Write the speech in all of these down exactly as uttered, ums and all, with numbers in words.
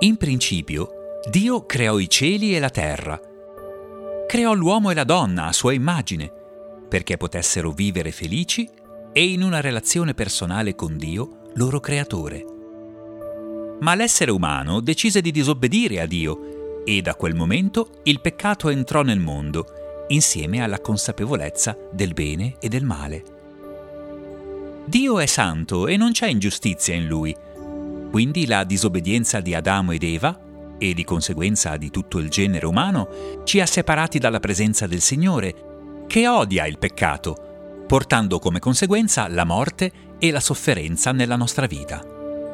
In principio, Dio creò i cieli e la terra. Creò l'uomo e la donna a sua immagine, perché potessero vivere felici e in una relazione personale con Dio, loro creatore. Ma l'essere umano decise di disobbedire a Dio e da quel momento il peccato entrò nel mondo, insieme alla consapevolezza del bene e del male. Dio è santo e non c'è ingiustizia in Lui. Quindi la disobbedienza di Adamo ed Eva, e di conseguenza di tutto il genere umano, ci ha separati dalla presenza del Signore, che odia il peccato, portando come conseguenza la morte e la sofferenza nella nostra vita.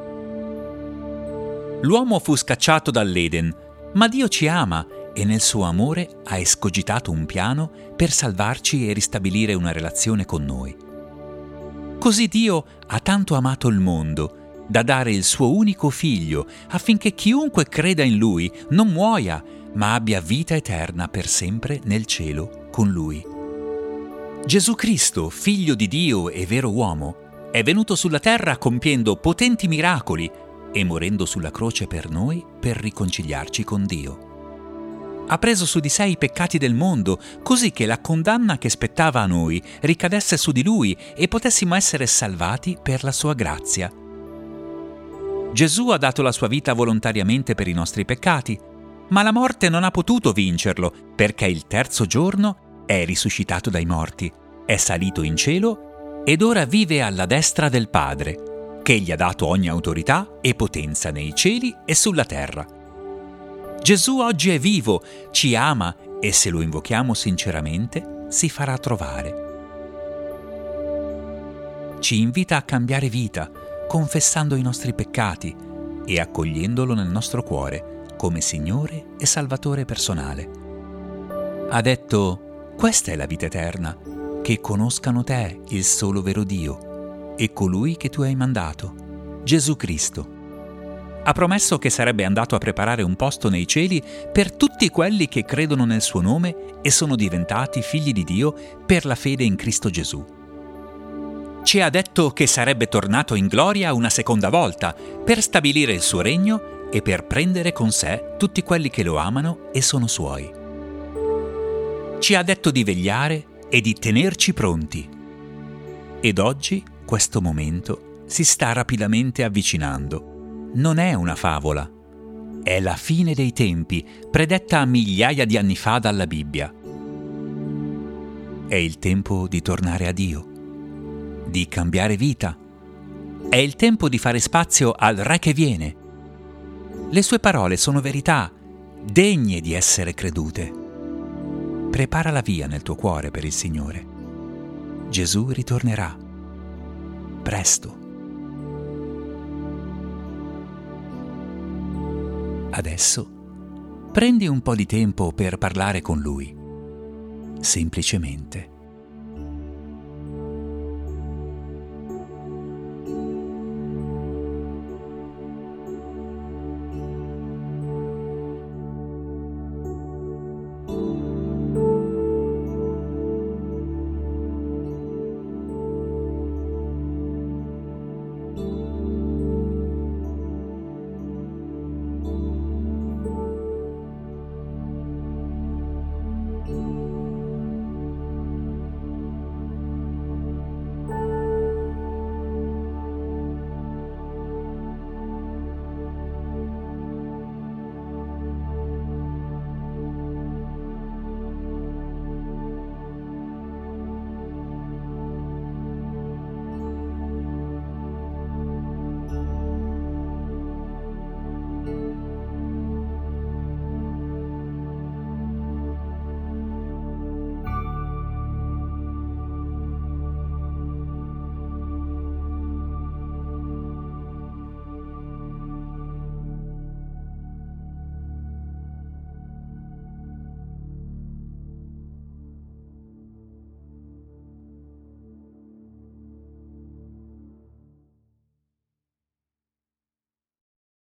L'uomo fu scacciato dall'Eden, ma Dio ci ama e nel suo amore ha escogitato un piano per salvarci e ristabilire una relazione con noi. Così Dio ha tanto amato il mondo da dare il suo unico figlio affinché chiunque creda in lui non muoia, ma abbia vita eterna per sempre nel cielo con lui. Gesù Cristo, figlio di Dio e vero uomo, è venuto sulla terra compiendo potenti miracoli e morendo sulla croce per noi per riconciliarci con Dio. Ha preso su di sé i peccati del mondo, così che la condanna che spettava a noi ricadesse su di lui e potessimo essere salvati per la sua grazia. Gesù ha dato la sua vita volontariamente per i nostri peccati, ma la morte non ha potuto vincerlo, perché il terzo giorno è risuscitato dai morti, è salito in cielo ed ora vive alla destra del Padre, che gli ha dato ogni autorità e potenza nei cieli e sulla terra. Gesù oggi è vivo, ci ama e se lo invochiamo sinceramente si farà trovare. Ci invita a cambiare vita, confessando i nostri peccati e accogliendolo nel nostro cuore come Signore e Salvatore personale. Ha detto: questa è la vita eterna, che conoscano te, il solo vero Dio, e colui che tu hai mandato, Gesù Cristo. Ha promesso che sarebbe andato a preparare un posto nei cieli per tutti quelli che credono nel suo nome e sono diventati figli di Dio per la fede in Cristo Gesù. Ci ha detto che sarebbe tornato in gloria una seconda volta per stabilire il suo regno e per prendere con sé tutti quelli che lo amano e sono suoi. Ci ha detto di vegliare e di tenerci pronti. Ed oggi questo momento si sta rapidamente avvicinando. Non è una favola. È la fine dei tempi, predetta migliaia di anni fa dalla Bibbia. È il tempo di tornare a Dio, di cambiare vita. È il tempo di fare spazio al Re che viene. Le sue parole sono verità, degne di essere credute. Prepara la via nel tuo cuore per il Signore. Gesù ritornerà. Presto. Adesso prendi un po' di tempo per parlare con Lui. Semplicemente.